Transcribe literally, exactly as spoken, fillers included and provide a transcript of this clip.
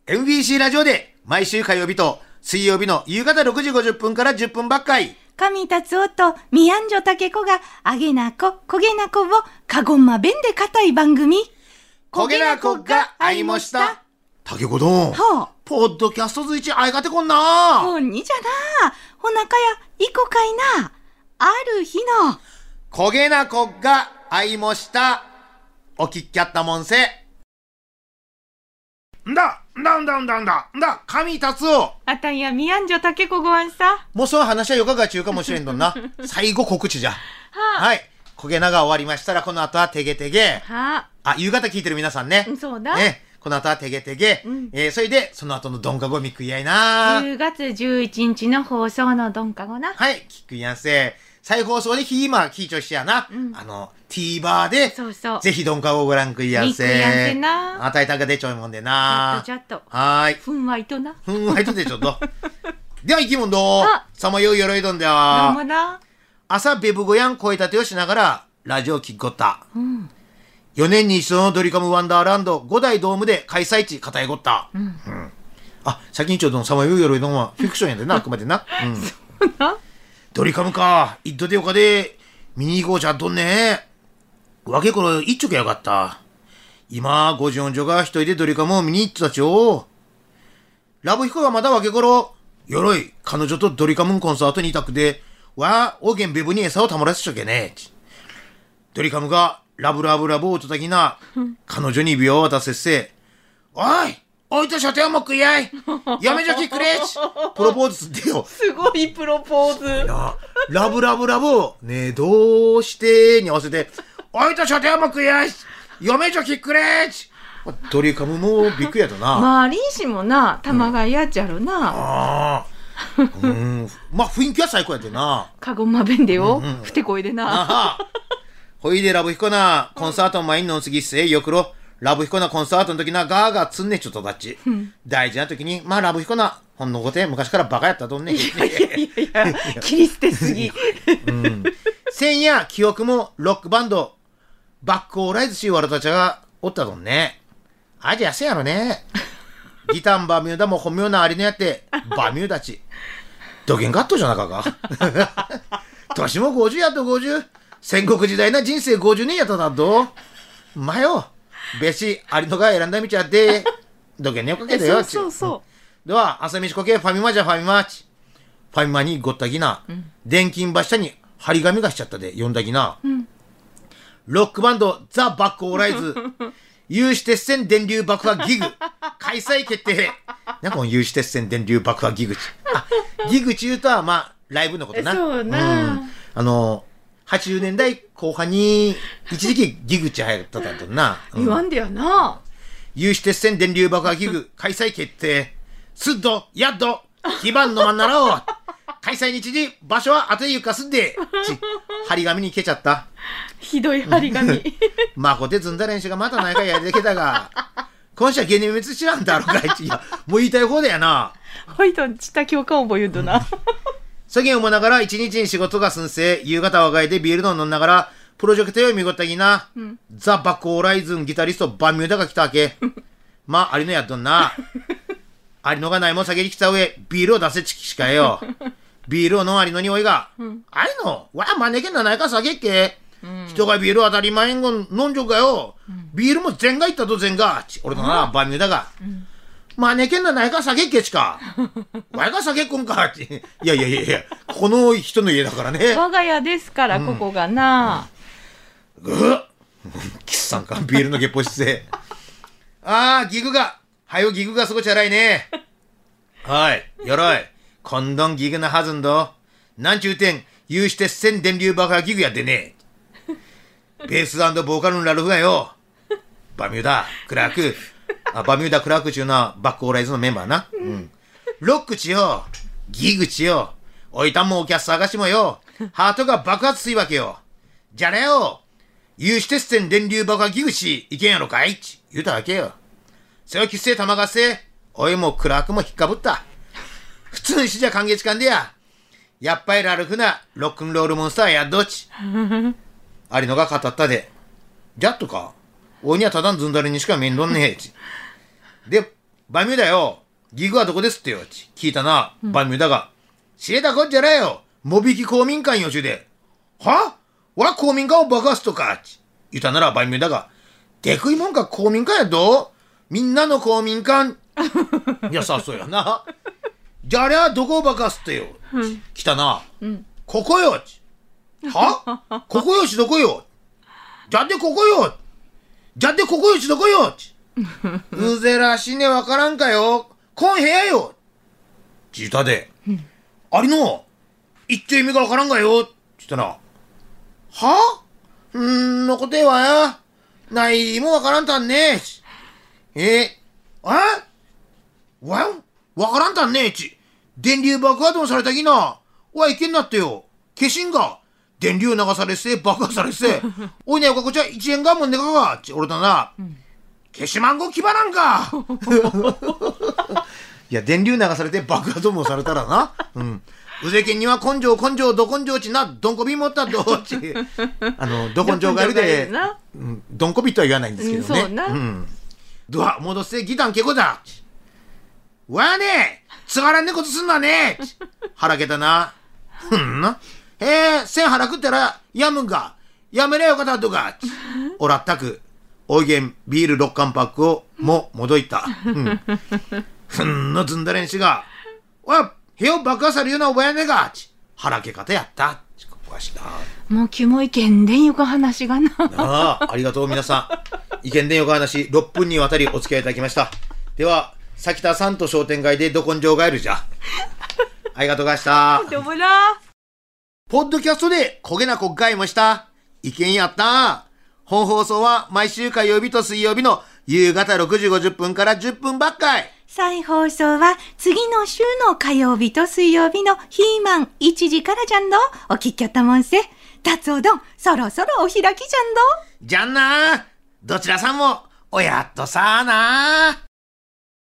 エムビーシー ラジオで毎週火曜日と水曜日の夕方ろくじごじゅっぷんからじゅっぷんばっかり。 上達夫と宮女竹子があげなこ、こげなこをかごんま弁で固い番組。 こげなこが会いました。竹子どん。 はあ、 ポッドキャストずいち会いがてこんな。 ほんにじゃな。ほなかや、いこかいな。ある日の。 こげなこが会いました。おきっきゃったもんせ。んだ、んだんだんだんだ、んだ、上達夫。 あたんや宮女竹子ごあんさ。 もうその話はよかが中かもしれんとんな。最後告知じゃ。はあ、 はい。こげなが終わりましたら、この後はてげてげ。 はあ、夕方聞いてる皆さんね。 そうだ。 ね。この後はてげてげ。 うん、 えー、それで、その後のどんかごみくいやいな。 じゅうがつじゅういちにちの放送のどんかごな。 はい、聞くやんせ。再放送でひ今聞いちょしやな。うん、あの、TVer で、 そうそう。 ぜひどんかごをご覧くいやんせ。 見くやんせな。 あたいたが出ちゃうもんでな。 ちょっとちょっと。 はーい。 ふんわいとな。 ふんわいとでちょっと。では、生き物どうさまようよろいどんでは。 どうもな。 朝、ベブゴヤン声立てをしながら、ラジオ聞くこった。 うん。 よねんに一度のドリカムワンダーランドごだいドームで開催地語りごった。うん。うん、あ、先にちょうどさまようよろいどんはフィクションやでな、あくまでな。うん。 そうな。 ドリカムか。一度でよかで、見に行こうじゃっとんね。わけころ一直やがった。今、ごじよんじょが一人でドリカムを見に行ってたちょ。ラブヒコがまだわけころ、よろい、彼女とドリカムコンサートにいたくで、わ、おげんベブに餌をたまらせちゃけね。ドリカムが、ラブラブラブをとたきな、彼女に指輪を渡せせ、おいおいとしょてをもくいやいやめじゃきくれちプロポーズすってよ。 すごいプロポーズ。 ラブラブラブを、ねえ、どうしてに合わせて、おいとしょてをもくいやいやめじゃきくれちドリカムもびっくりやとな。 まあ、リーシもな、玉がやっちゃろな。うん、 ああ。うん。まあ、雰囲気は最高やってな。 かごまべんでよ。うんうん、ふてこいでな。 あは。ほいでラブヒコな、コンサート前にのんすぎっせ、よくろ。ラブヒコなコンサートの時な、ガーガーつんねちょっとだっち。うん、大事な時に、まあラブヒコな、ほんのごて昔からバカやったとんね。いやいやいやいや、切り捨てすぎ。 うん。千や記憶もロックバンド、バックオーライズしわるたちがおったとんね。あじゃせやろね。ギタンバミューダも本名なありのやって、バミューダち。ドゲンガットじゃなかか。年もごじゅうやとごじゅう。戦国時代な人生ごじゅうねんやっただと。まよ。べし、ありのが選んだ道あって、どけねおかけだよ。 そうそうそう。 では、朝飯こけファミマじゃファミマち。ファミマにごったぎな、うん、電金柱に張り紙がしちゃったで、呼んだぎな。うん、ロックバンド、ザ・バック・オーライズ、有刺鉄線電流爆破ギグ、開催決定。なんかこの有刺鉄線電流爆破ギグち。あ、ギグち言うとは、まあ、ライブのことな。 そうな、 うん。あの、はちじゅうねんだいこう半に一時期ギグチ流行ったんだとな、 うん、言わんでやな。 有刺鉄線電流爆破ギグ開催決定。すっどやっど基盤のまんならを開催日時場所は後でゆかすんでち張り紙に消えちゃった。 ひどい張り紙。 まこてずんだ練習がまたないかやでけたが今週はゲネ滅知らんだろうかいち。いやもう言いたい方だよな。 ほいとちった教官覚え言うとな。 世間をもながら一日に仕事がすんせ、夕方はがいでビール飲んながら、プロジェクトを見ごったぎな、うん、ザ・バック・オーライズンギタリストバンミューダが来たわけ。まあ、ありのやっとんな。ありのがないもん下げに来た上、ビールを出せちきしかよ。ビールを飲んありの匂いが、うん、ありのわあ、招けんなないか下げっけ、うん、人がビール当たり前んご飲んじょかよ。うん、ビールも全がいったと全が。俺のな、バンミューダが。うん招けんなないか酒っけちか。わいが酒っこんかって。いやいやいやいや、この人の家だからね。 我が家ですから、うん、ここがな。 ぐっキスさんか、ビールの月報室へ。あー、ギグが。はよギグがすごちゃらいね。はい、よろい。こんどんギグなはずんど。なんちゅうてん、有刺鉄線電流爆破ギグやってね。ベース&ボーカルのラルフがよ。バミューダ、クラーク。あバミューダ・クラーク中のバックオーライズのメンバーな。うん。ロックちよ。ギグちよ。おいたんもお客探しもよ。ハートが爆発すいわけよ。じゃねよ。有刺鉄線電流爆破ギグし、いけんやろかいち言うたわけよ。それをきっせ玉がせ。おいもクラークも引っかぶった。普通にしじゃ歓迎感でや。やっぱりラルフなロックンロールモンスターやっどっち。ありのが語ったで。じゃっとか。おいにはただんずんだりにしか面倒んねえち。で、 バミューダよ、ギグはどこですってよ、聞いたな、うん、バミューダが。知れたこっちゃないよ、もびき公民館よちゅうで。はわ、公民館を爆破すとか、言ったならバミューダが、でくいもんか公民館やどみんなの公民館。いや、さ、そうやな。じゃああれはどこを爆破すってよ、うん、来たな、うん、ここよ、はここよしどこよ、じゃってここよ、じゃってここよしどこよ、うぜらしねわからんかよ、こん部屋よ、ちいたで、うん、ありの一丁意味がわからんがよ、ちったな。はんのことはやないもわからんたんねえ。えあわわからんたんねえち。電流爆破でもされたきな。おいけんなってよ。化身が電流流されせ爆破されせ。おいねおかこちゃ一円がもんねかがち俺だな。うん、消しまんごきばなんか。いや電流流されて爆破ともされたらな。うん。うぜけんには根性根性ど根性ちなどんこびもったどっち。あのど根性がいるで、うん、どんこびとは言わないんですけどね。うん、そうな。うん。どは戻せギタンけこだ。わやねつがらんねことすんなね。腹けたな。ふんな。へえ、せん腹くったらやむんか。やめれよかたとか。おらったく。おいげんビールろっかんパックをも戻いた。うん。ふんのずんだれんしが。おや部屋を爆破されるようなおばやねが。腹け方やった。 もうキモいけんでんよか話がな。 ああ、ありがとう皆さん。意見でんよか話ろっぷんにわたりお付き合いいただきました。では、崎田さんと商店街でど根性ガエルじゃ。ありがとうございました。 どうもな。 ポッドキャストで焦げな国会もした。意見やった。本放送は毎週火曜日と水曜日の夕方ろくじごじゅっぷんからじゅっぷんばっかい。 再放送は次の週の火曜日と水曜日のヒーマンいちじからじゃんど。お聞きやったもんせ。達おどん、そろそろお開きじゃんど。 じゃんな。どちらさんも、おやっとさあな。